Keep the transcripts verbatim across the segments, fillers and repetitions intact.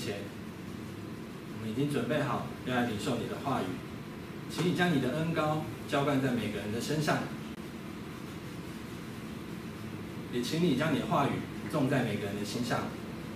前，我们已经准备好要来领受你的话语，请你将你的恩膏浇灌在每个人的身上，也请你将你的话语种在每个人的心上。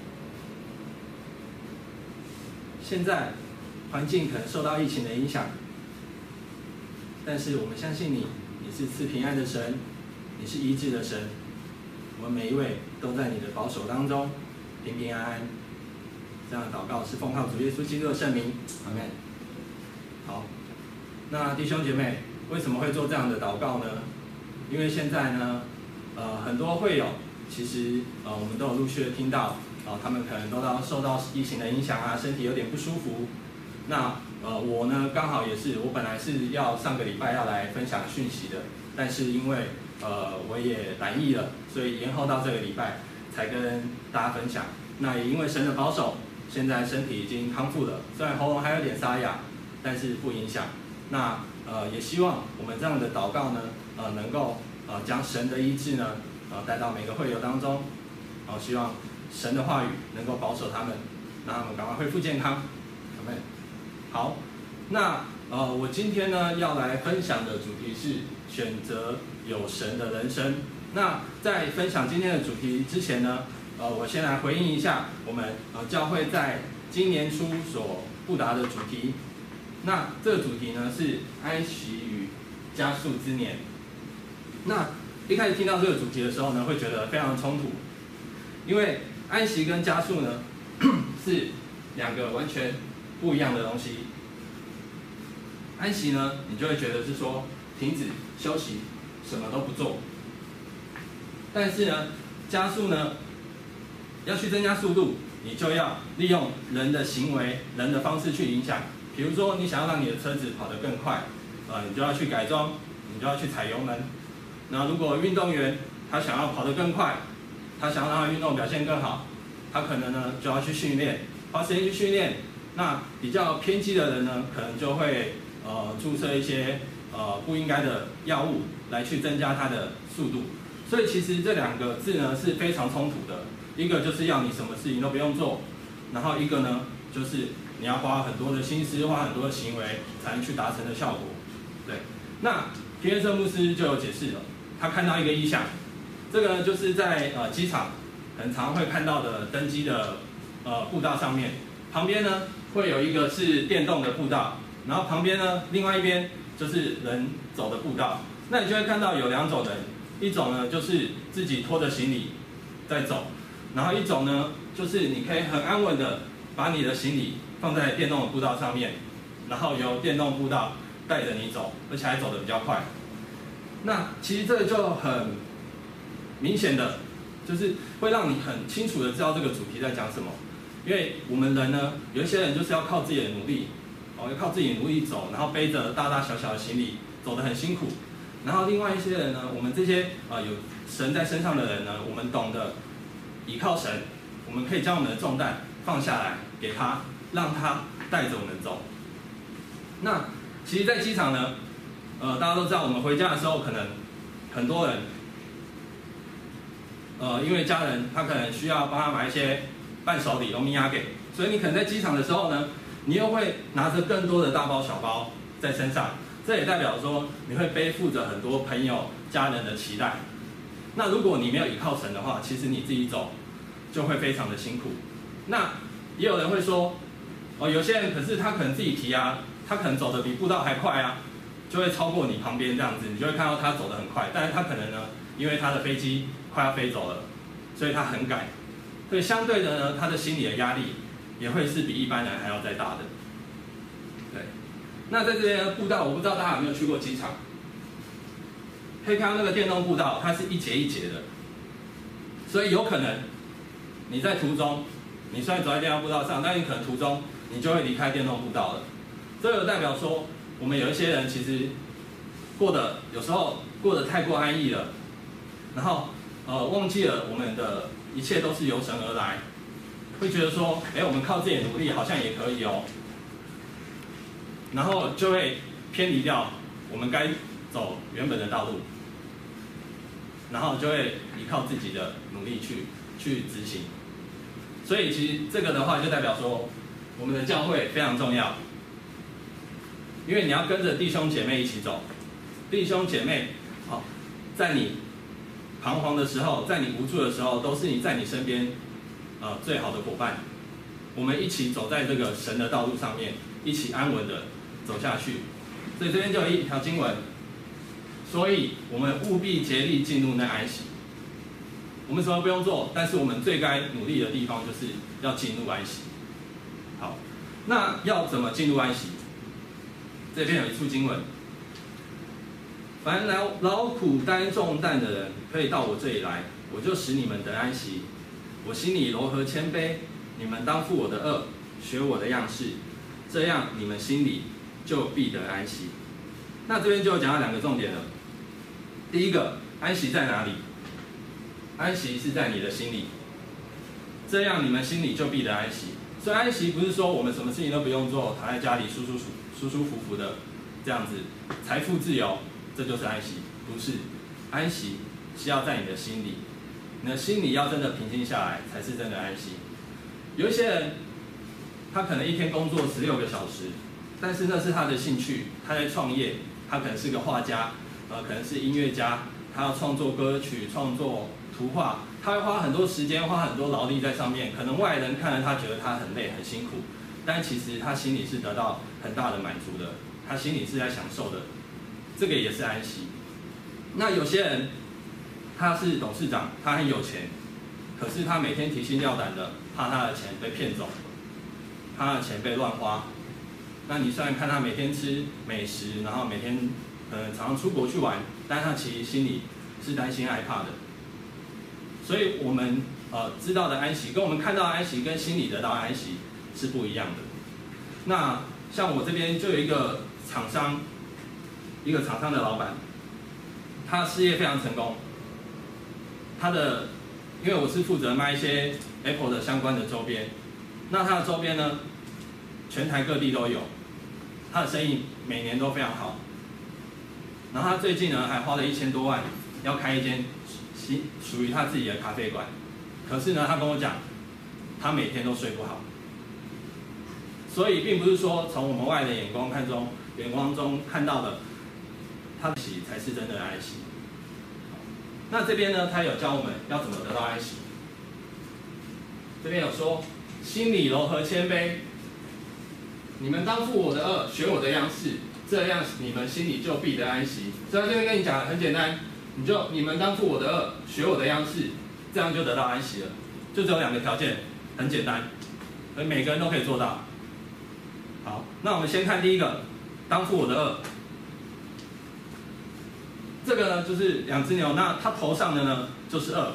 现在环境可能受到疫情的影响，但是我们相信你，你是赐平安的神，你是医治的神。我们每一位都在你的保守当中，平平安安。这样的祷告是奉靠主耶稣基督的圣名，阿们。好，那弟兄姐妹，为什么会做这样的祷告呢？因为现在呢，呃，很多会友其实呃，我们都有陆续的听到。哦，他们可能都到受到疫情的影响啊，身体有点不舒服。那呃，我呢刚好也是，我本来是要上个礼拜要来分享讯息的，但是因为呃我也染疫了，所以延后到这个礼拜才跟大家分享。那也因为神的保守，现在身体已经康复了，虽然喉咙还有点沙哑，但是不影响。那呃也希望我们这样的祷告呢，呃能够呃将神的医治呢，呃带到每个会友当中，好、呃、希望。神的话语能够保守他们，让他们赶快恢复健康。阿们。好，那呃，我今天呢要来分享的主题是选择有神的人生。那在分享今天的主题之前呢，呃，我先来回应一下我们呃教会在今年初所布达的主题。那这个主题呢是安息与加速之年。那一开始听到这个主题的时候呢，会觉得非常的冲突，因为安息跟加速呢是两个完全不一样的东西。安息呢，你就会觉得是说停止休息，什么都不做。但是呢，加速呢，要去增加速度，你就要利用人的行为、人的方式去影响。比如说，你想要让你的车子跑得更快，呃，你就要去改装，你就要去踩油门。那如果运动员他想要跑得更快，他想要让他运动表现更好，他可能呢就要去训练，花时间去训练。那比较偏激的人呢，可能就会呃注射一些呃不应该的药物来去增加他的速度。所以其实这两个字呢是非常冲突的，一个就是要你什么事情都不用做，然后一个呢就是你要花很多的心思，花很多的行为才能去达成的效果。对，那平原圣牧师就有解释了，他看到一个意象。这个呢，就是在呃机场很常会看到的登机的呃步道上面，旁边呢会有一个是电动的步道，然后旁边呢另外一边就是人走的步道。那你就会看到有两种人，一种呢就是自己拖着行李在走，然后一种呢就是你可以很安稳的把你的行李放在电动的步道上面，然后由电动步道带着你走，而且还走得比较快。那其实这个就很明显的，就是会让你很清楚的知道这个主题在讲什么。因为我们人呢，有一些人就是要靠自己的努力，哦，要靠自己的努力走，然后背着大大小小的行李，走得很辛苦。然后另外一些人呢，我们这些啊、呃、有神在身上的人呢，我们懂得依靠神，我们可以将我们的重担放下来给他，让他带着我们走。那其实，在机场呢，呃，大家都知道，我们回家的时候，可能很多人。呃，因为家人他可能需要帮他买一些伴手礼、欧米亚给，所以你可能在机场的时候呢，你又会拿着更多的大包小包在身上，这也代表说你会背负着很多朋友、家人的期待。那如果你没有依靠神的话，其实你自己走就会非常的辛苦。那也有人会说，哦，有些人可是他可能自己提啊，他可能走得比步道还快啊，就会超过你旁边这样子，你就会看到他走得很快，但是他可能呢，因为他的飞机快要飞走了，所以他很赶，所以相对的呢，他的心理的压力也会是比一般人还要再大的。对，那在这边步道，我不知道大家有没有去过机场，可以看到那个电动步道，它是一节一节的，所以有可能你在途中，你虽然走在电动步道上，但你可能途中你就会离开电动步道了。这就代表说，我们有一些人其实过得有时候过得太过安逸了，然后呃忘记了我们的一切都是由神而来，会觉得说，哎，我们靠自己的努力好像也可以哦，然后就会偏离掉我们该走原本的道路，然后就会依靠自己的努力去去执行。 所以其实这个的话就代表说，我们的教会非常重要，因为你要跟着弟兄姐妹一起走，弟兄姐妹，好，在你彷徨的时候，在你无助的时候，都是你在你身边，呃，最好的伙伴。我们一起走在这个神的道路上面，一起安稳的走下去。所以这边就有一条经文，所以我们务必竭力进入那安息。我们什么不用做，但是我们最该努力的地方就是要进入安息。好，那要怎么进入安息？这边有一处经文：凡劳劳苦担重担的人，可以到我这里来，我就使你们得安息。我心里柔和谦卑，你们当负我的恶，学我的样式，这样你们心里就必得安息。那这边就讲到两个重点了。第一个，安息在哪里？安息是在你的心里，这样你们心里就必得安息。所以安息不是说我们什么事情都不用做，躺在家里舒舒舒舒舒服服的这样子，财富自由，这就是安息。不是，安息是要在你的心里，你的心里要真的平静下来，才是真的安息。有一些人，他可能一天工作十六个小时，但是那是他的兴趣，他在创业，他可能是个画家，呃，可能是音乐家，他要创作歌曲，创作图画，他会花很多时间，花很多劳力在上面。可能外人看了他觉得他很累很辛苦，但其实他心里是得到很大的满足的，他心里是在享受的，这个也是安息。那有些人他是董事长，他很有钱，可是他每天提心吊胆的，怕他的钱被骗走，他的钱被乱花。那你虽然看他每天吃美食，然后每天呃常常出国去玩，但他其实心里是担心害怕的。所以我们呃知道的安息，跟我们看到的安息，跟心里得到的安息是不一样的。那像我这边就有一个厂商，一个厂商的老板，他事业非常成功。他的，因为我是负责卖一些 Apple 的相关的周边，那他的周边呢，全台各地都有，他的生意每年都非常好。然后他最近呢还花了一千多万要开一间属于他自己的咖啡馆，可是呢，他跟我讲，他每天都睡不好。所以并不是说从我们外的眼光看中，眼光中看到的，他的安息才是真的安息。那这边呢，他有教我们要怎么得到安息。这边有说，心里柔和谦卑，你们当负我的恶，学我的样式，这样你们心里就必得安息。所以他这边跟你讲很简单。你就你们当负我的恶，学我的样式，这样就得到安息了。就只有两个条件，很简单，所以每个人都可以做到。好，那我们先看第一个，当负我的恶。这个呢就是两只牛，那它头上的呢就是恶。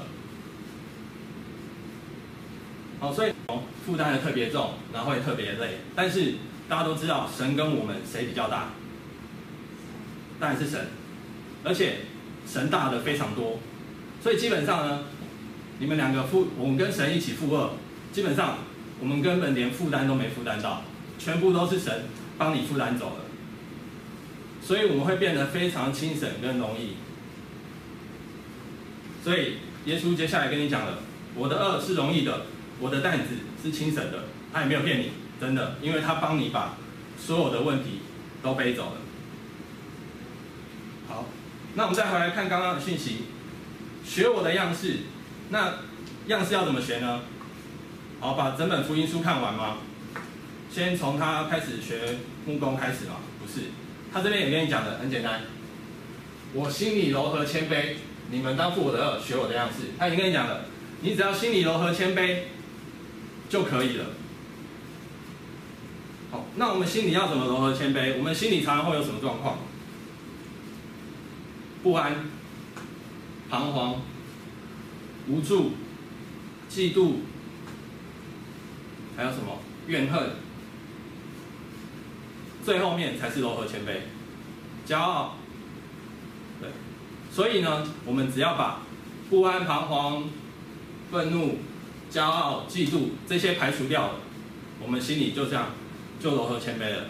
好，所以负担的特别重，然后会特别累。但是大家都知道，神跟我们谁比较大？当然是神，而且神大的非常多，所以基本上呢，你们两个负，我们跟神一起负二，基本上我们根本连负担都没负担到，全部都是神帮你负担走了，所以我们会变得非常轻省跟容易。所以耶稣接下来跟你讲了，我的恶是容易的，我的担子是轻省的，他也没有骗你，真的，因为他帮你把所有的问题都背走了。好。那我们再回来看刚刚的讯息，学我的样式。那样式要怎么学呢？好，把整本福音书看完吗？先从他开始学木工开始吗？不是，他这边也跟你讲的很简单。我心里柔和谦卑，你们当负我的恶，学我的样式。他已经跟你讲了，你只要心里柔和谦卑就可以了。好，那我们心里要怎么柔和谦卑？我们心里常常会有什么状况？不安、彷徨、无助、嫉妒，还有什么怨恨？最后面才是柔和谦卑、骄傲。对，所以呢，我们只要把不安、彷徨、愤怒、骄傲、嫉妒这些排除掉了，我们心里就这样就柔和谦卑了。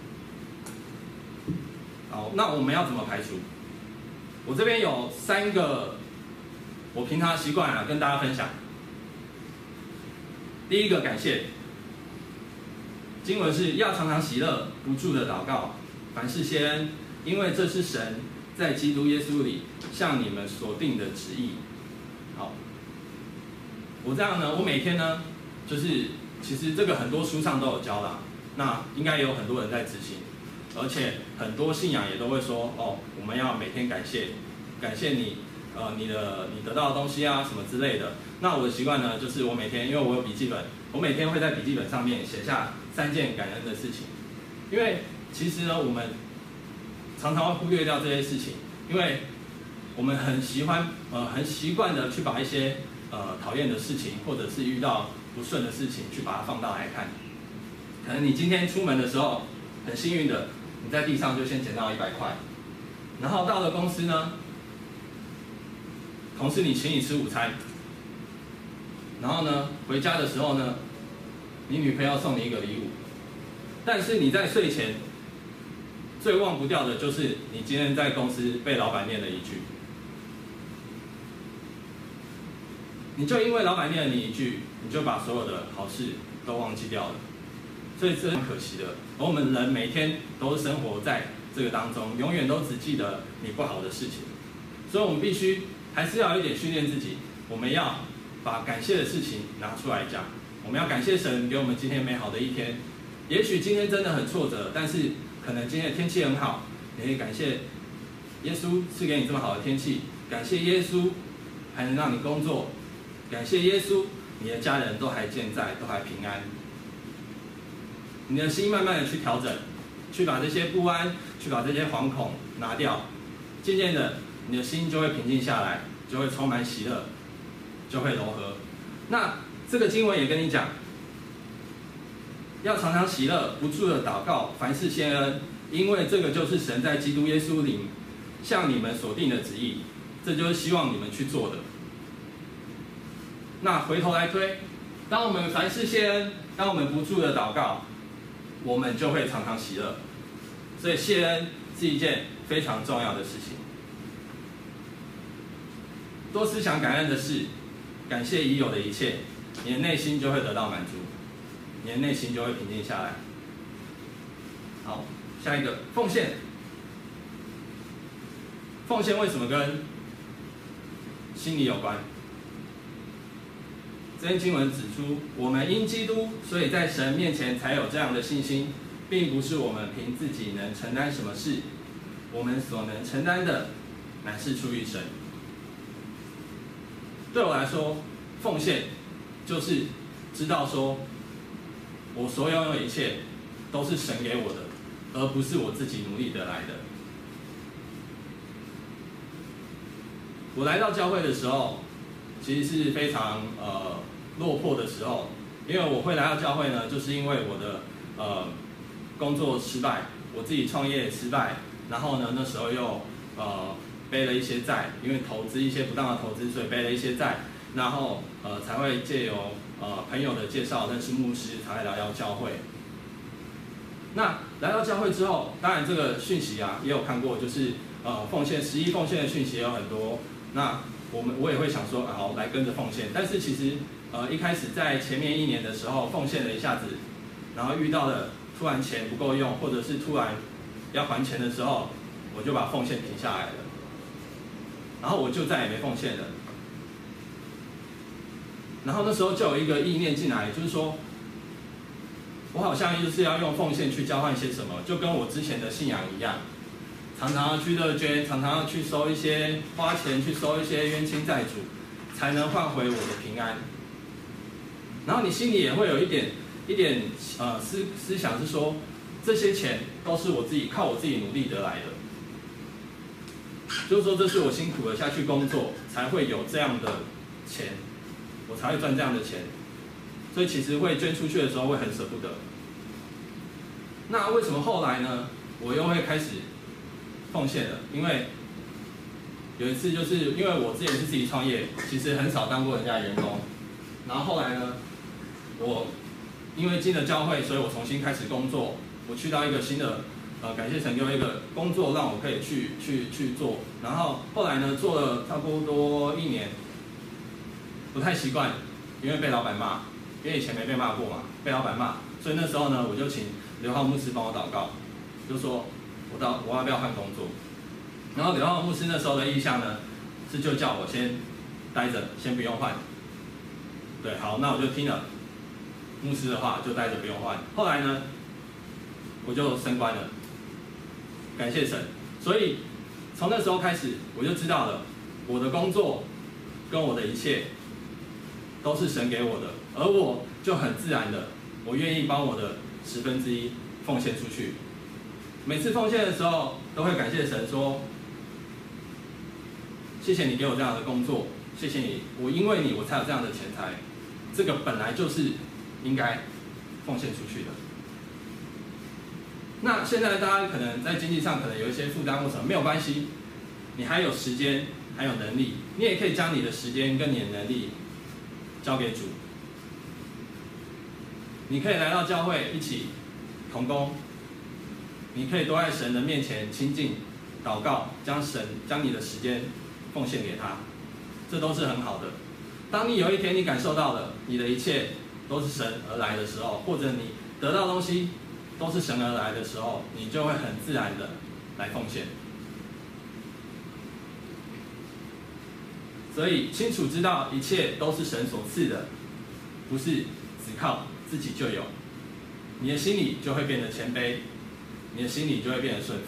好，那我们要怎么排除？我这边有三个我平常的习惯啊，跟大家分享。 第一个感谢，经文是要常常喜乐，不住的祷告，凡事谢恩，因为这是神在基督耶稣里向你们所定的旨意。好，我这样呢，我每天呢，就是其实这个很多书上都有教啦，那应该有很多人在执行，而且很多信仰也都会说，哦，我们要每天感谢，感谢你，呃，你的你得到的东西啊，什么之类的。那我的习惯呢，就是我每天，因为我有笔记本，我每天会在笔记本上面写下三件感恩的事情，因为其实呢，我们常常会忽略掉这些事情，因为我们很喜欢，呃，很习惯的去把一些呃讨厌的事情，或者是遇到不顺的事情，去把它放大来看。可能你今天出门的时候，很幸运的，你在地上就先捡到一百块，然后到了公司呢，同事你请你吃午餐，然后呢，回家的时候呢，你女朋友送你一个礼物，但是你在睡前最忘不掉的就是你今天在公司被老板念了一句，你就因为老板念了你一句，你就把所有的好事都忘记掉了，所以这很可惜的。而我们人每天都生活在这个当中，永远都只记得你不好的事情，所以我们必须还是要有一点训练自己，我们要把感谢的事情拿出来讲，我们要感谢神给我们今天美好的一天。也许今天真的很挫折，但是可能今天的天气很好，你可以感谢耶稣赐给你这么好的天气，感谢耶稣还能让你工作，感谢耶稣你的家人都还健在，都还平安。你的心慢慢的去调整，去把这些不安，去把这些惶恐拿掉，渐渐的你的心就会平静下来，就会充满喜乐，就会柔和。那这个经文也跟你讲，要常常喜乐，不住的祷告，凡事谢恩，因为这个就是神在基督耶稣里向你们所定的旨意，这就是希望你们去做的。那回头来推，当我们凡事谢恩，当我们不住的祷告，我们就会常常喜乐。所以谢恩是一件非常重要的事情。多思想感恩的事，感谢已有的一切，你的内心就会得到满足，你的内心就会平静下来。好，下一个奉献。奉献为什么跟心理有关？这篇经文指出，我们因基督，所以在神面前才有这样的信心，并不是我们凭自己能承担什么事，我们所能承担的，乃是出于神。对我来说，奉献就是知道说，我所拥有的一切都是神给我的，而不是我自己努力得来的。我来到教会的时候，其实是非常呃落魄的时候，因为我会来到教会呢，就是因为我的呃工作失败，我自己创业失败，然后呢那时候又呃背了一些债，因为投资一些不当的投资，所以背了一些债，然后呃才会借由呃朋友的介绍认识牧师，才会来到教会。那来到教会之后，当然这个讯息啊也有看过，就是呃奉献十一奉献的讯息也有很多。那我们我也会想说，啊、好来跟着奉献，但是其实呃一开始在前面一年的时候奉献了一下子，然后遇到了突然钱不够用，或者是突然要还钱的时候，我就把奉献停下来了，然后我就再也没奉献了。然后那时候就有一个意念进来，就是说，我好像就是要用奉献去交换些什么，就跟我之前的信仰一样。常常要去乐捐，常常要去收一些花钱去收一些冤亲债主，才能换回我的平安。然后你心里也会有一点一点呃思思想是说，这些钱都是我自己靠我自己努力得来的，就是说这是我辛苦的下去工作才会有这样的钱，我才会赚这样的钱，所以其实会捐出去的时候会很舍不得。那为什么后来呢？我又会开始奉献了，因为有一次就是因为我之前是自己创业，其实很少当过人家的员工。然后后来呢，我因为进了教会，所以我重新开始工作。我去到一个新的，呃，感谢神给我一个工作，让我可以去去去做。然后后来呢，做了差不多一年，不太习惯，因为被老板骂。 因为以前没被骂过嘛，被老板骂，所以那时候呢，我就请刘浩牧师帮我祷告，就说我到我要不要换工作？然后刘浩牧师那时候的意向呢，是就叫我先待着，先不用换。对，好，那我就听了牧师的话，就待着不用换。后来呢，我就升官了，感谢神。所以从那时候开始，我就知道了，我的工作跟我的一切都是神给我的，而我就很自然的，我愿意帮我的十分之一奉献出去。每次奉献的时候，都会感谢神说：谢谢你给我这样的工作，谢谢你，我因为你我才有这样的钱财，这个本来就是应该奉献出去的。那现在大家可能在经济上可能有一些负担或什么，没有关系，你还有时间，还有能力，你也可以将你的时间跟你的能力交给主。你可以来到教会一起同工，你可以多在神的面前亲近、祷告，将神将你的时间奉献给他，这都是很好的。当你有一天你感受到了你的一切都是神而来的时候，或者你得到东西都是神而来的时候，你就会很自然的来奉献。所以清楚知道一切都是神所赐的，不是只靠自己就有，你的心里就会变得谦卑，你的心里就会变得顺服。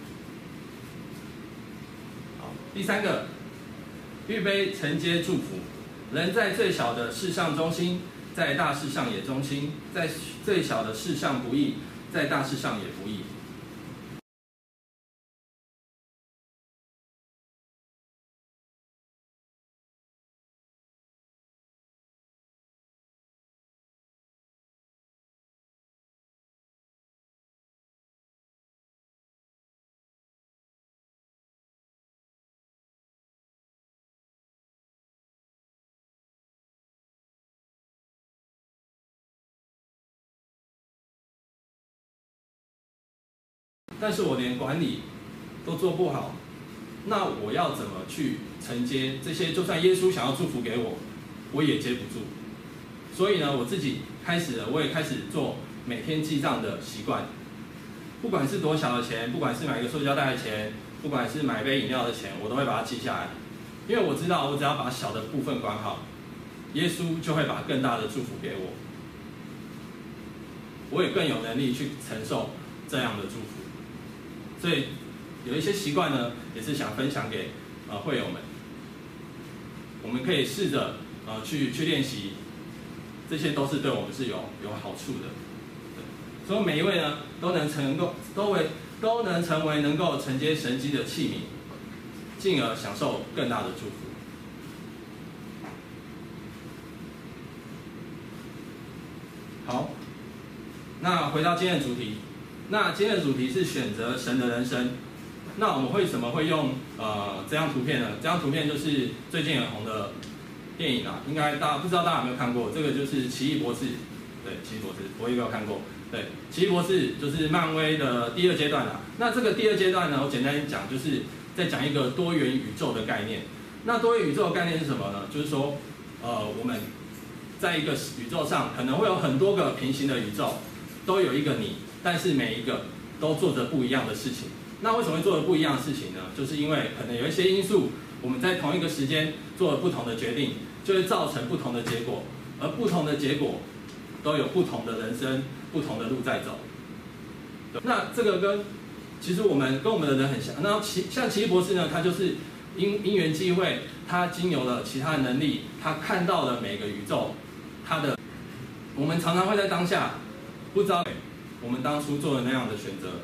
好，第三个，预备承接祝福。人在最小的事上忠心，在大事上也忠心；在最小的事上不义，在大事上也不义。但是我连管理都做不好，那我要怎么去承接这些？就算耶稣想要祝福给我，我也接不住。所以呢，我自己开始了，我也开始做每天记账的习惯。不管是多小的钱，不管是买一个塑胶袋的钱，不管是买杯饮料的钱，我都会把它记下来。因为我知道，我只要把小的部分管好，耶稣就会把更大的祝福给我。我也更有能力去承受这样的祝福。所以有一些习惯呢，也是想分享给呃会友们，我们可以试着呃去去练习，这些都是对我们是有有好处的。对，所以每一位呢都能成够都为都能成为能够承接神迹的器皿，进而享受更大的祝福。好，那回到今天的主题。那今天的主题是选择神的人生。那我们为什么会用呃这张图片呢？这张图片就是最近很红的电影啊，应该大家不知道大家有没有看过？这个就是《奇异博士》，对，《奇异博士》我也有看过。对，《奇异博士》就是漫威的第二阶段啦。那这个第二阶段呢，我简单讲，就是在讲一个多元宇宙的概念。那多元宇宙的概念是什么呢？就是说，呃，我们在一个宇宙上可能会有很多个平行的宇宙，都有一个你。但是每一个都做着不一样的事情。那为什么会做着不一样的事情呢？就是因为可能有一些因素，我们在同一个时间做了不同的决定，就会造成不同的结果。而不同的结果都有不同的人生、不同的路在走。那这个跟其实我们跟我们的人很像。那奇像奇异博士呢，他就是因因缘际会，他经由了其他的能力，他看到了每个宇宙，他的我们常常会在当下不知道。我们当初做的那样的选择，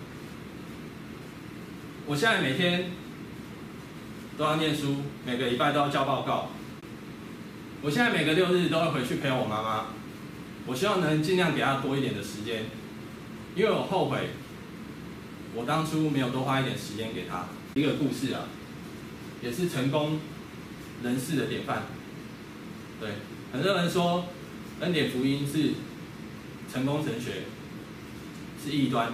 我现在每天都要念书，每个礼拜都要交报告。我现在每个六日都会回去陪我妈妈，我希望能尽量给她多一点的时间，因为我后悔我当初没有多花一点时间给她。一个故事啊，也是成功人士的典范。对，很多人说恩典福音是成功神学。是异端，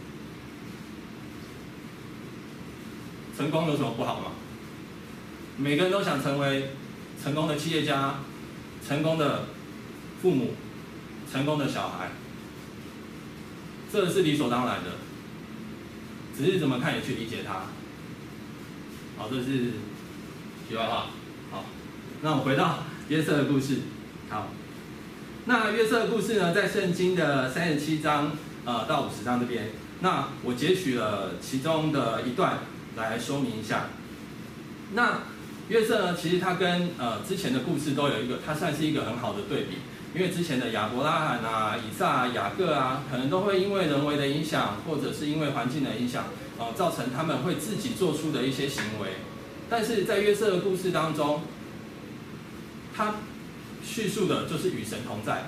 成功有什么不好吗？每个人都想成为成功的企业家、成功的父母、 成功的小孩，这是理所当然的，只是怎么看你去理解它。好，这是题外话。好，那我们回到约瑟的故事。好，那约瑟的故事呢，在圣经的三十七章呃到五十章这边，那我截取了其中的一段来说明一下。那约瑟呢，其实他跟呃之前的故事都有一个，他算是一个很好的对比，因为之前的亚伯拉罕啊、以撒啊、雅各啊，可能都会因为人为的影响，或者是因为环境的影响，呃，造成他们会自己做出的一些行为。但是在约瑟的故事当中，他叙述的就是与神同在，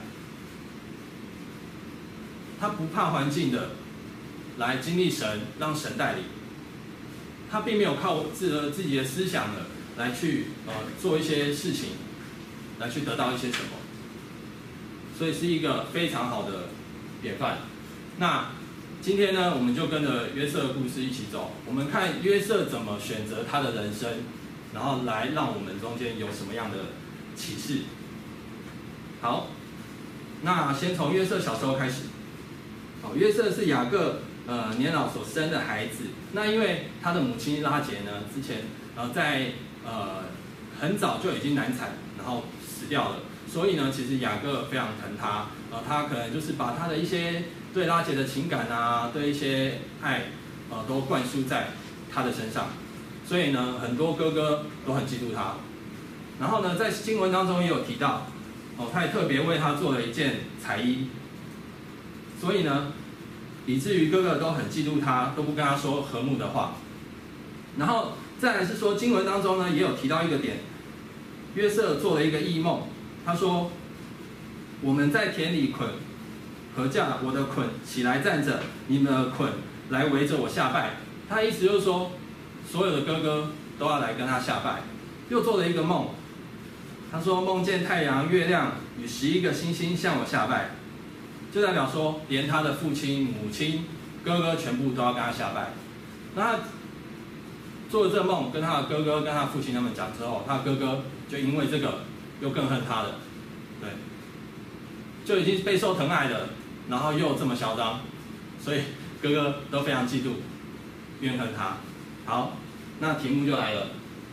他不怕环境的来经历神，让神带领。他并没有靠自自己的思想的来去呃做一些事情，来去得到一些什么，所以是一个非常好的典范。那今天呢，我们就跟着约瑟的故事一起走，我们看约瑟怎么选择他的人生，然后来让我们中间有什么样的启示。好，那先从约瑟小时候开始。好，约瑟是雅各呃年老所生的孩子。那因为他的母亲拉结呢，之前呃在呃很早就已经难产，然后死掉了，所以呢，其实雅各非常疼他，呃，他可能就是把他的一些对拉结的情感啊，对一些爱，呃，都灌输在他的身上，所以呢，很多哥哥都很嫉妒他。然后呢，在经文当中也有提到，哦，他也特别为他做了一件彩衣，所以呢，以至于哥哥都很嫉妒他，都不跟他说和睦的话。然后再来是说，经文当中呢也有提到一个点，约瑟做了一个异梦，他说：“我们在田里捆禾架，我的捆起来站着，你们的捆来围着我下拜。”他的意思就是说，所有的哥哥都要来跟他下拜。又做了一个梦，他说梦见太阳、月亮与十一个星星向我下拜，就代表说，连他的父亲、母亲、哥哥全部都要跟他下拜。那他做了这个梦，跟他的哥哥、跟他父亲他们讲之后，他的哥哥就因为这个又更恨他了，对，就已经备受疼爱了，然后又这么嚣张，所以哥哥都非常嫉妒、怨恨他。好，那题目就来了。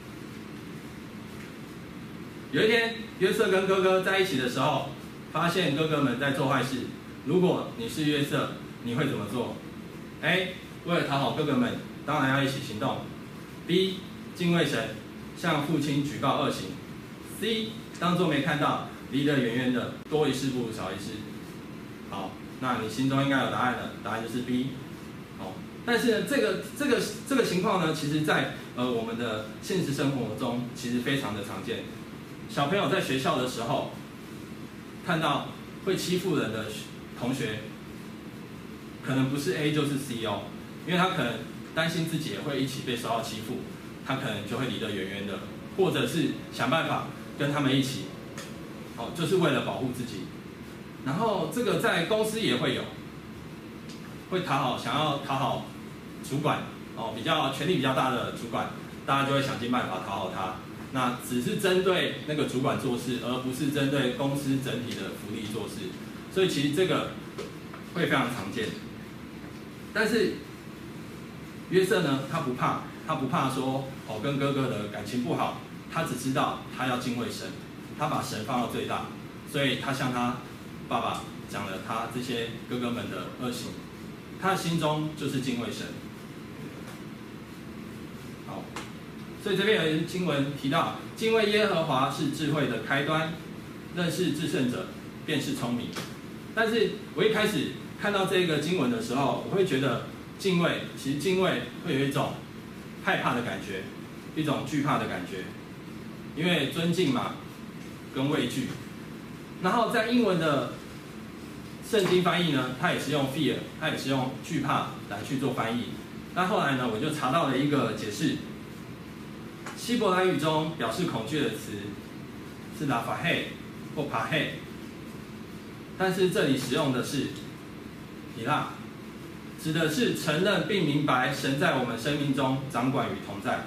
有一天，约瑟跟哥哥在一起的时候，发现哥哥们在做坏事。如果你是约瑟，你会怎么做 ？A. 为了讨好哥哥们，当然要一起行动。B. 敬畏神，向父亲举报恶行。C. 当作没看到，离得远远的，多一事不如少一事。好，那你心中应该有答案了，答案就是 B。好，但是呢，这个这个这个情况呢，其实在呃我们的现实生活中，其实非常的常见。小朋友在学校的时候，看到会欺负人的同学，可能不是 A 就是 C 哦，因为他可能担心自己也会一起被受到欺负，他可能就会离得远远的，或者是想办法跟他们一起，哦，就是为了保护自己。然后这个在公司也会有，会讨好，想要讨好主管，哦，比较权力比较大的主管，大家就会想尽办法讨好他。那只是针对那个主管做事，而不是针对公司整体的福利做事，所以其实这个会非常常见。但是约瑟呢，他不怕，他不怕说哦跟哥哥的感情不好，他只知道他要敬畏神，他把神放到最大，所以他向他爸爸讲了他这些哥哥们的恶行，他的心中就是敬畏神。好。所以这边有一经文提到，敬畏耶和华是智慧的开端，认识至圣者便是聪明。但是我一开始看到这个经文的时候，我会觉得敬畏，其实敬畏会有一种害怕的感觉，一种惧怕的感觉，因为尊敬嘛，跟畏惧。然后在英文的圣经翻译呢，它也是用 fear， 它也是用惧怕来去做翻译。那后来呢，我就查到了一个解释。希伯来语中表示恐惧的词是拉法嘿或帕嘿，但是这里使用的是以拉，指的是承认并明白神在我们生命中掌管与同在。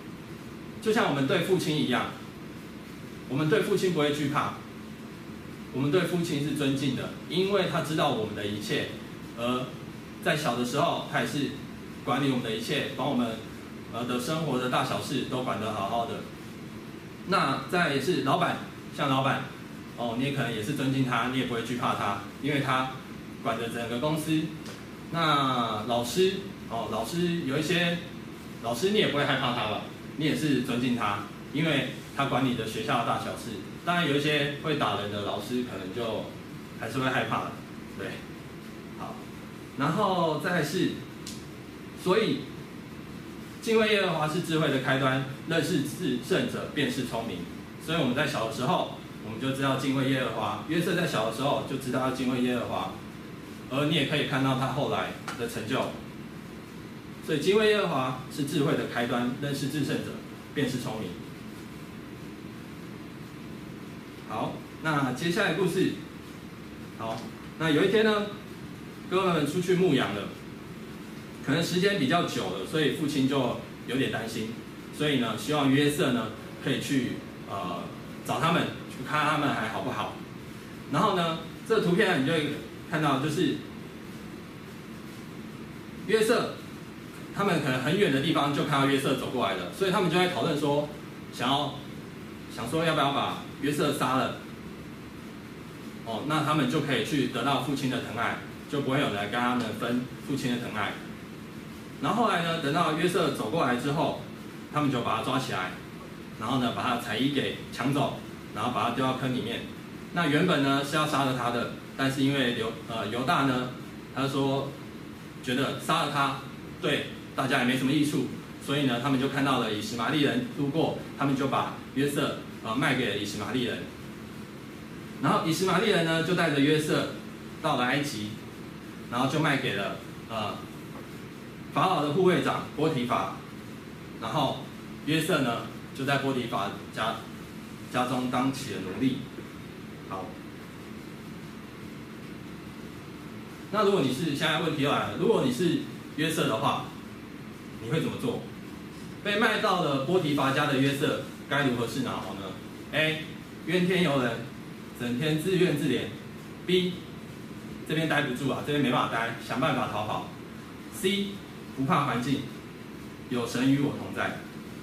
就像我们对父亲一样，我们对父亲不会惧怕， 我们对父亲是尊敬的，因为他知道我们的一切，而在小的时候，他也是管理我们的一切，把我们呃的生活的大小事都管得好好的。那再来也是老板，像老板哦，你也可能也是尊敬他，你也不会惧怕他，因为他管着整个公司。那老师哦，老师有一些老师你也不会害怕他吧？你也是尊敬他，因为他管理的学校的大小事。当然有一些会打人的老师，可能就还是会害怕的，对。好，然后再来是，所以敬畏耶和华是智慧的开端，认识至圣者便是聪明。所以我们在小的时候，我们就知道敬畏耶和华。约瑟在小的时候就知道要敬畏耶和华，而你也可以看到他后来的成就。所以敬畏耶和华是智慧的开端，认识至圣者便是聪明。好，那接下来故事，好，那有一天呢，哥哥们出去牧羊了，可能时间比较久了，所以父亲就有点担心，所以呢，希望约瑟呢可以去呃找他们，去看他们还好不好。然后呢，这个图片你就会看到，就是约瑟，他们可能很远的地方就看到约瑟走过来了，所以他们就在讨论说，想要想说要不要把约瑟杀了，哦，那他们就可以去得到父亲的疼爱，就不会有人来跟他们分父亲的疼爱。然后后来呢，等到约瑟走过来之后，他们就把他抓起来，然后呢把他的彩衣给抢走，然后把他丢到坑里面。那原本呢是要杀了他的，但是因为犹呃犹大呢，他说觉得杀了他对大家也没什么益处，所以呢他们就看到了以实玛利人路过，他们就把约瑟呃卖给了以实玛利人。然后以实玛利人呢就带着约瑟到了埃及，然后就卖给了呃法老的护卫长波提法，然后约瑟呢就在波提法家家中当起了奴隶。好，那如果你是现在问题又来了，如果你是约瑟的话，你会怎么做？被卖到了波提法家的约瑟该如何是好呢 ？A. 怨天尤人，整天自怨自怜。B. 这边待不住啊，这边没办法待，想办法逃跑。C. 不怕环境，有神与我同在。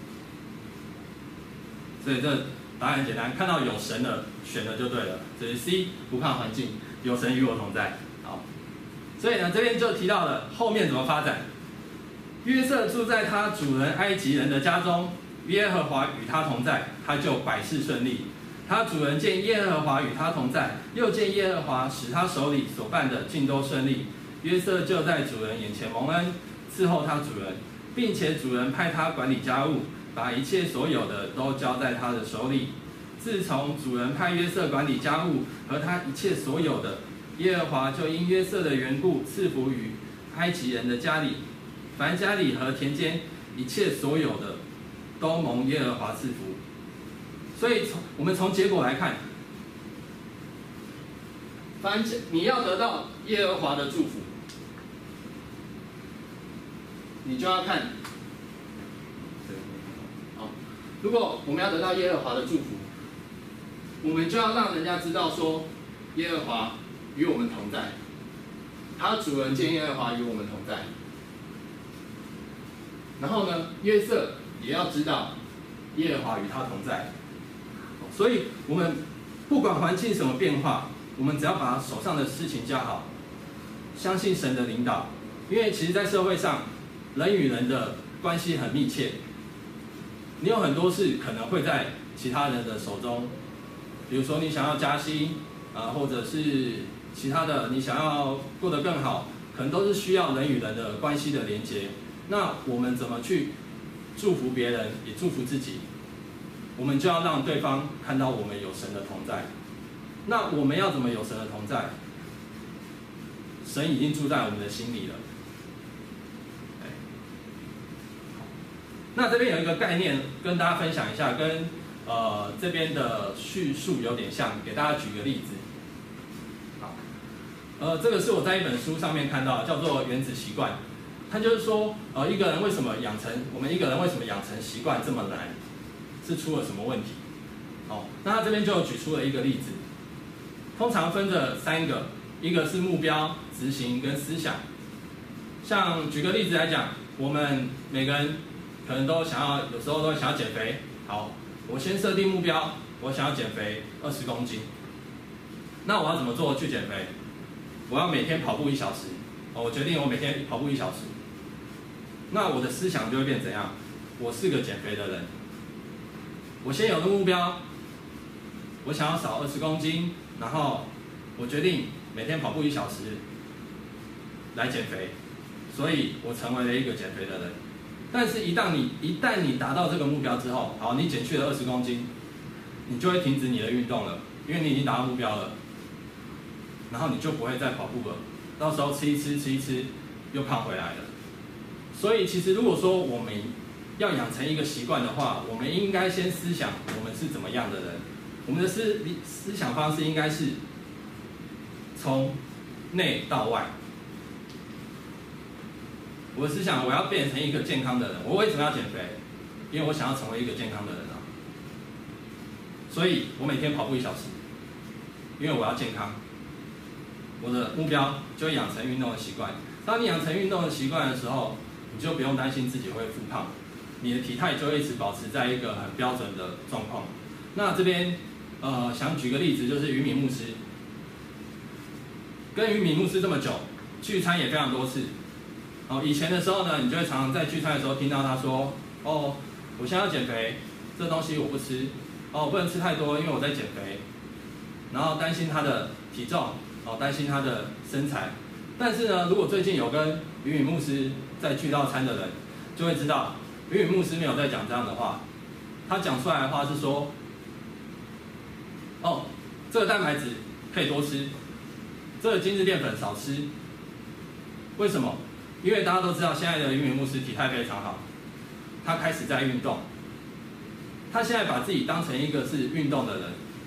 所以这答案很简单，看到有神了，选了就对了。所以 C. 不怕环境，有神与我同在。好，所以呢，这边就提到了后面怎么发展。约瑟住在他主人埃及人的家中，耶和华与他同在，他就百事顺利。他主人见耶和华与他同在，又见耶和华使他手里所办的尽都顺利，约瑟就在主人眼前蒙恩，伺候他主人，并且主人派他管理家务，把一切所有的都交在他的手里。自从主人派约瑟管理家务和他一切所有的，耶和华就因约瑟的缘故赐福于埃及人的家里，凡家里和田间一切所有的，都蒙耶和华赐福。所以从我们从结果来看，凡你要得到耶和华的祝福，你就要看，好，如果我们要得到耶和华的祝福，我们就要让人家知道说，耶和华与我们同在，他主人见耶和华与我们同在。然后呢，约瑟也要知道耶和华与他同在。所以我们不管环境什么变化，我们只要把手上的事情交好，相信神的领导。因为其实，在社会上，人与人的关系很密切，你有很多事可能会在其他人的手中，比如说你想要加薪啊，或者是其他的，你想要过得更好，可能都是需要人与人的关系的连结。那我们怎么去祝福别人，也祝福自己？我们就要让对方看到我们有神的同在。那我们要怎么有神的同在？神已经住在我们的心里了。那这边有一个概念跟大家分享一下，跟呃这边的叙述有点像，给大家举个例子。好，呃，这个是我在一本书上面看到，叫做《原子习惯》。它就是说，呃，一个人为什么养成我们一个人为什么养成习惯这么难？是出了什么问题？哦，那他这边就举出了一个例子。 通常分着三个，一个是目标、执行跟思想。像举个例子来讲，我们每个人可能都想要，有时候都想要减肥。好，我先设定目标，我想要减肥二十公斤。那我要怎么做去减肥？我要每天跑步一小时。哦，我决定我每天跑步一小时。那我的思想就会变怎样？我是个减肥的人。我先有个目标，我想要少二十公斤，然后我决定每天跑步一小时来减肥，所以我成为了一个减肥的人。但是，一旦你一旦你达到这个目标之后，好，你减去了二十公斤，你就会停止你的运动了，因为你已经达到目标了，然后你就不会再跑步了。到时候吃一吃，吃一吃，又胖回来了。所以，其实如果说我们要养成一个习惯的话，我们应该先思想我们是怎么样的人。我们的思思想方式应该是从内到外。我的思想，我要变成一个健康的人。我为什么要减肥？因为我想要成为一个健康的人啊。所以我每天跑步一小时，因为我要健康。我的目标就会养成运动的习惯。当你养成运动的习惯的时候，你就不用担心自己会复胖，你的体态就会一直保持在一个很标准的状况。那这边呃想举个例子，就是于敏牧师，跟于敏牧师这么久，聚餐也非常多次。哦，以前的时候呢，你就会常常在聚餐的时候听到他说：“哦，我现在要减肥，这东西我不吃，哦，我不能吃太多，因为我在减肥。”然后担心他的体重。哦，担心他的身材，但是呢，如果最近有跟于敏牧师在聚到餐的人，就会知道于敏牧师没有在讲这样的话，他讲出来的话是说，哦，这个蛋白质可以多吃，这个精致淀粉少吃。为什么？因为大家都知道现在的于敏牧师体态非常好，他开始在运动，他现在把自己当成一个是运动的人。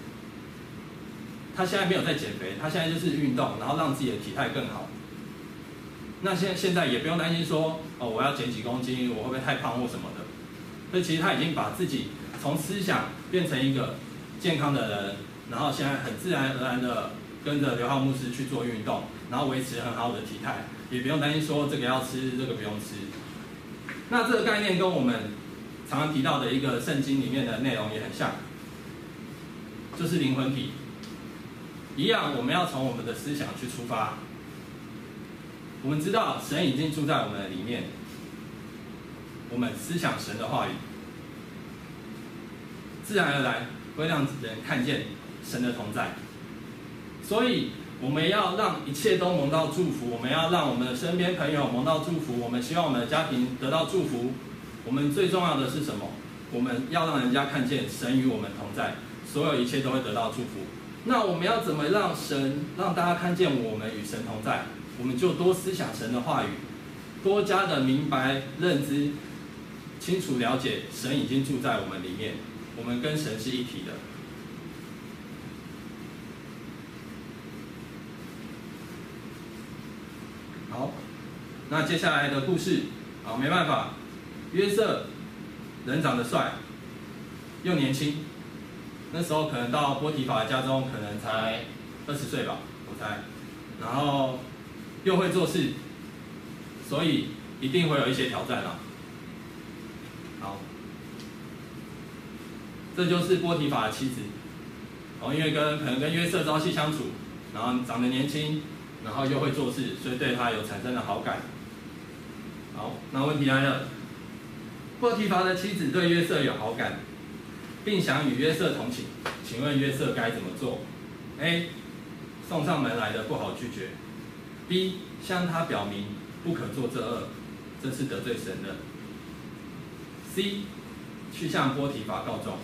他现在没有在减肥，他现在就是运动，然后让自己的体态更好。那现在现在也不用担心说，哦，我要减几公斤，我会不会太胖或什么的。所以其实他已经把自己从思想变成一个健康的人，然后现在很自然而然的跟着刘浩牧师去做运动，然后维持很好的体态，也不用担心说这个要吃，这个不用吃。那这个概念跟我们常常提到的一个圣经里面的内容也很像，就是灵魂体。一样，我们要从我们的思想去出发。我们知道神已经住在我们的里面，我们思想神的话语，自然而然会让人看见神的同在。所以，我们要让一切都蒙到祝福，我们要让我们的身边朋友蒙到祝福，我们希望我们的家庭得到祝福。我们最重要的是什么？我们要让人家看见神与我们同在，所有一切都会得到祝福。那我们要怎么让神让大家看见我们与神同在？我们就多思想神的话语，多加的明白认知，清楚了解神已经住在我们里面，我们跟神是一体的。好，那接下来的故事，好，没办法，约瑟人长得帅，又年轻。那时候可能到波提法的家中，可能才二十岁吧，我猜。然后又会做事，所以一定会有一些挑战啦。好，这就是波提法的妻子。哦，因为跟可能跟约瑟朝夕相处，然后长得年轻，然后又会做事，所以对他有产生了好感。好，那问题来了，波提法的妻子对约瑟有好感，并想与约瑟同寝，请问约瑟该怎么做 ？A. 送上门来的不好拒绝。B. 向他表明不可做这恶，这是得罪神的。C. 去向波提法告状。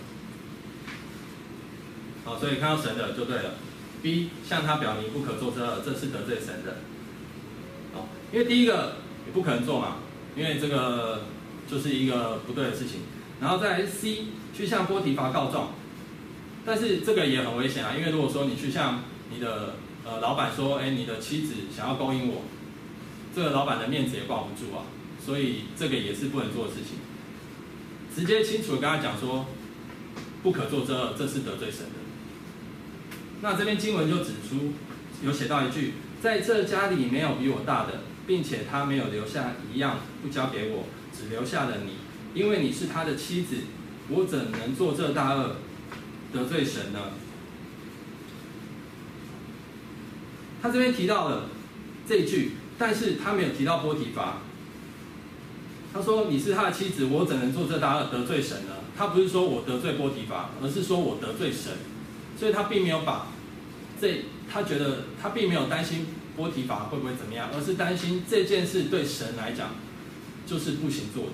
好，所以看到神的就对了。B. 向他表明不可做这恶，这是得罪神的。好，因为第一个也不可能做嘛，因为这个就是一个不对的事情。然后再来 C. 去向波提法告状，但是这个也很危险啊，因为如果说你去向你的呃老板说，哎，你的妻子想要勾引我，这个老板的面子也挂不住啊，所以这个也是不能做的事情。直接清楚的跟他讲说，不可做这恶，这是得罪神的。 那这边经文就指出，有写到一句，在这家里没有比我大的，并且他没有留下一样不交给我，只留下了你，因为你是他的妻子，我怎能做这大恶，得罪神呢？他这边提到了这一句，但是他没有提到波提乏。他说你是他的妻子，我怎能做这大恶得罪神呢？他不是说我得罪波提乏，而是说我得罪神，所以他并没有把这，他觉得他并没有担心波提乏会不会怎么样，而是担心这件事对神来讲就是不行做的，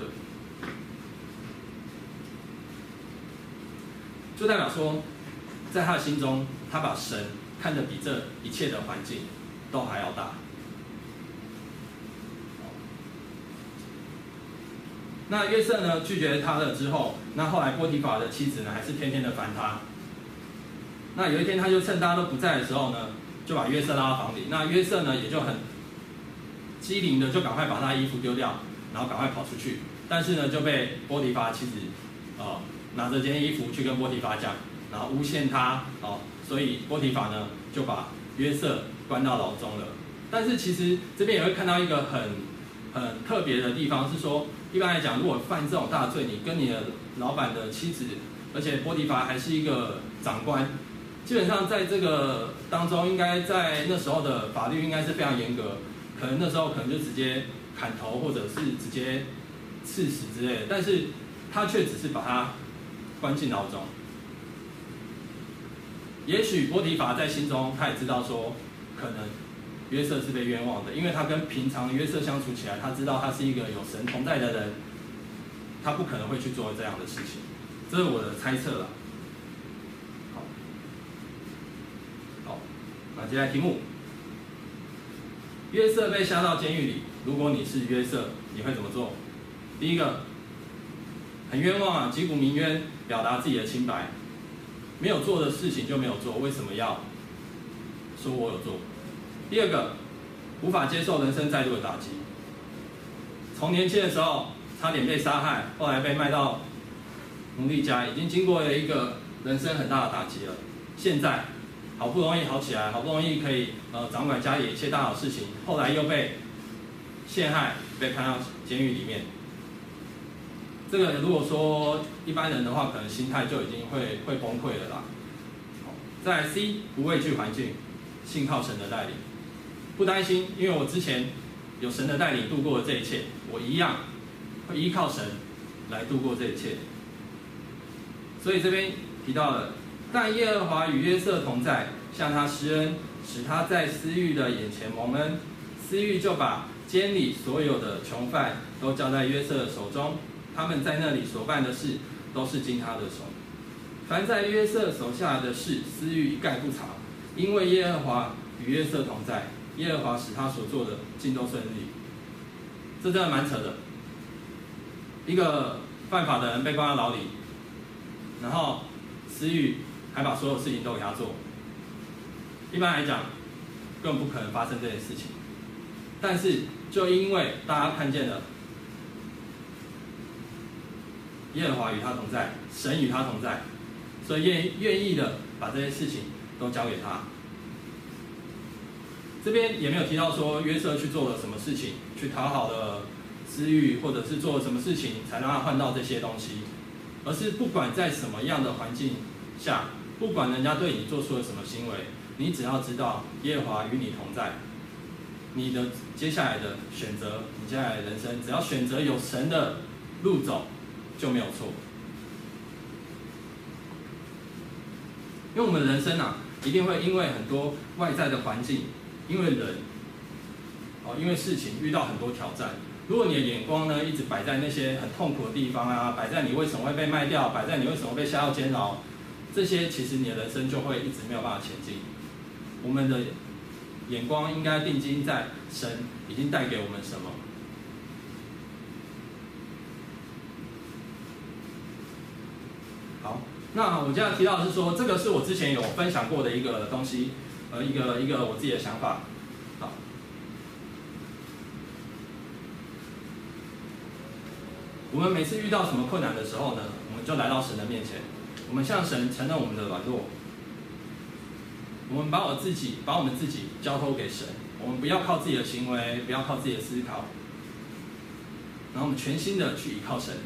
就代表说，在他的心中，他把神看得比这一切的环境都还要大。那约瑟呢拒绝他了之后，那后来波提乏的妻子呢还是天天的烦他。那有一天他就趁大家都不在的时候呢，就把约瑟拉到房里。那约瑟呢也就很机灵的就赶快把他的衣服丢掉，然后赶快跑出去。但是呢就被波提乏妻子呃拿着这件衣服去跟波提乏讲，然后诬陷他哦，所以波提乏呢就把约瑟关到牢中了。但是其实这边也会看到一个很很特别的地方，是说一般来讲，如果犯这种大罪，你跟你的老板的妻子，而且波提乏还是一个长官，基本上在这个当中，应该在那时候的法律应该是非常严格，可能那时候可能就直接砍头，或者是直接刺死之类的。但是他却只是把他关进牢中。也许波提乏在心中，他也知道说，可能约瑟是被冤枉的，因为他跟平常约瑟相处起来，他知道他是一个有神同在的人，他不可能会去做这样的事情，这是我的猜测啦。好，好，那接下来题目，约瑟被下到监狱里，如果你是约瑟，你会怎么做？第一个，很冤枉啊，击鼓鸣冤，表达自己的清白，没有做的事情就没有做，为什么要说我有做？第二个，无法接受人生再度的打击。从年轻的时候差点被杀害，后来被卖到奴隶家，已经经过了一个人生很大的打击了。现在好不容易好起来，好不容易可以呃掌管家里一切大好事情，后来又被陷害，被判到监狱里面。这个如果说一般人的话，可能心态就已经会会崩溃了啦。再来 C， 不畏惧环境，信靠神的带领。不担心，因为我之前有神的带领度过了这一切，我一样会依靠神来度过这一切。所以这边提到了，但耶和华与约瑟同在，向他施恩，使他在司狱的眼前蒙恩。司狱就把监里所有的囚犯都交在约瑟的手中，他们在那里所办的事都是经他的手。凡在约瑟手下的事，司狱一概不查，因为耶和华与约瑟同在。耶和华使他所做的尽都顺利，这真的蛮扯的。一个犯法的人被关到牢里，然后司狱还把所有事情都给他做。一般来讲，根本不可能发生这件事情。但是就因为大家看见了耶和华与他同在，神与他同在，所以愿愿意的把这些事情都交给他。这边也没有提到说约瑟去做了什么事情，去讨好了司狱，或者是做了什么事情才让他换到这些东西，而是不管在什么样的环境下，不管人家对你做出了什么行为，你只要知道耶和华与你同在，你的接下来的选择，你接下来的人生，只要选择有神的路走，就没有错。因为我们人生啊，一定会因为很多外在的环境，因为人，哦，因为事情遇到很多挑战。如果你的眼光呢一直摆在那些很痛苦的地方啊，摆在你为什么会被卖掉，摆在你为什么被下到监牢，这些其实你的人生就会一直没有办法前进。我们的眼光应该定睛在神已经带给我们什么。好，那我这样提到的是说，这个是我之前有分享过的一个东西，呃，一个一个我自己的想法。好，我们每次遇到什么困难的时候呢，我们就来到神的面前，我们向神承认我们的软弱。 我们把我自己，把我们自己交托给神，我们不要靠自己的行为，不要靠自己的思考，然后我们全心的去依靠神。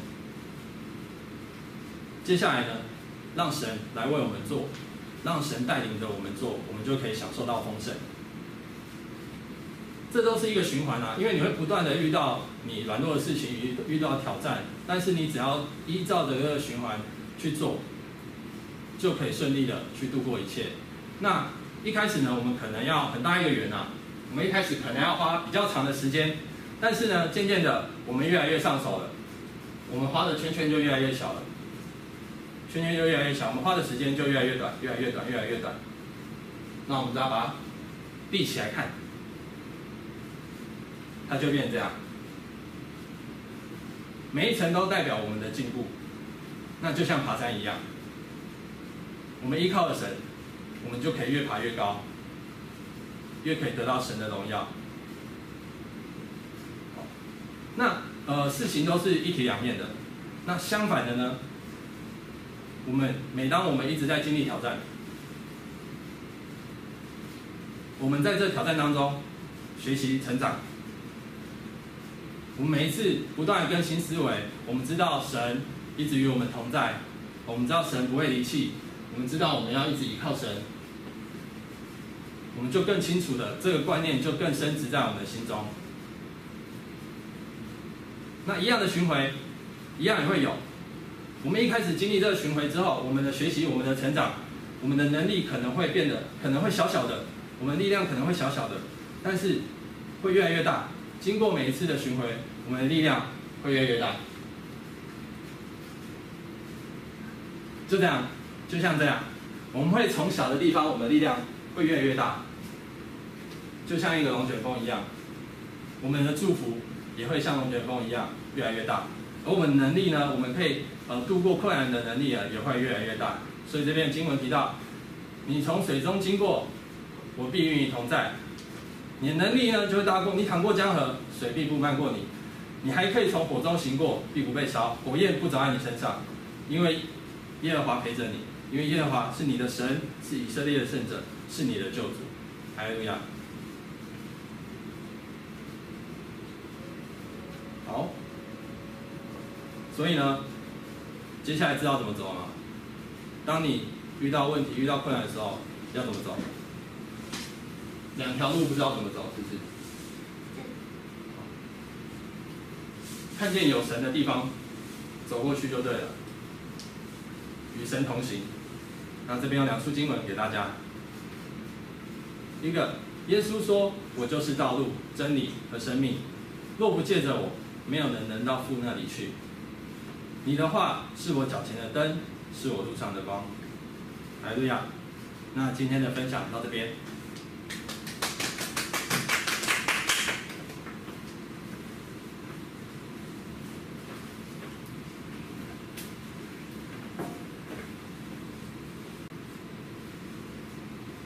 接下来呢，让神来为我们做，让神带领着我们做，我们就可以享受到丰盛。这都是一个循环啊，因为你会不断的遇到你软弱的事情，遇遇到挑战，但是你只要依照着这个循环去做，就可以顺利的去度过一切。那一开始呢，我们可能要很大一个圆啊，我们一开始可能要花比较长的时间，但是呢，渐渐的我们越来越上手了，我们花的圈圈就越来越小了，圈圈就越来越小，我们花的时间就越来越短，越来越短，越来越短。那我们只要把它立起来看，它就变成这样，每一层都代表我们的进步。那就像爬山一样，我们依靠了神，我们就可以越爬越高，越可以得到神的荣耀。那呃，事情都是一体两面的。那相反的呢，我们每当我们一直在经历挑战，我们在这挑战当中学习成长。我们每一次不断的更新思维，我们知道神一直与我们同在，我们知道神不会离弃，我们知道我们要一直依靠神，我们就更清楚的这个观念就更深植在我们的心中。那一样的巡回，一样也会有。我们一开始经历这个巡回之后，我们的学习、我们的成长、我们的能力可能会变得，可能会小小的，我们的力量可能会小小的，但是会越来越大。经过每一次的巡回，我们的力量会越来越大。就这样，就像这样，我们会从小的地方，我们的力量会越来越大，就像一个龙卷风一样。我们的祝福也会像龙卷风一样越来越大，而我们的能力呢，我们可以呃度过困难的能力啊，也会越来越大。所以这边经文提到，你从水中经过，我必与你同在。你的能力呢就会大过，你淌过江河，水必不漫过你。你还可以从火中行过，必不被烧，火焰不着在你身上，因为耶和华陪着你，因为耶和华是你的神，是以色列的圣者，是你的救主。哈利路亚。好，所以呢，接下来知道怎么走吗？当你遇到问题、遇到困难的时候，要怎么走？两条路不知道怎么走，是不是？看见有神的地方，走过去就对了。与神同行。那这边有两处经文给大家。一个，耶稣说：“我就是道路、真理和生命，若不借着我，没有人能到父那里去。你的话是我脚前的灯，是我路上的光。”哈利路亚。那今天的分享到这边。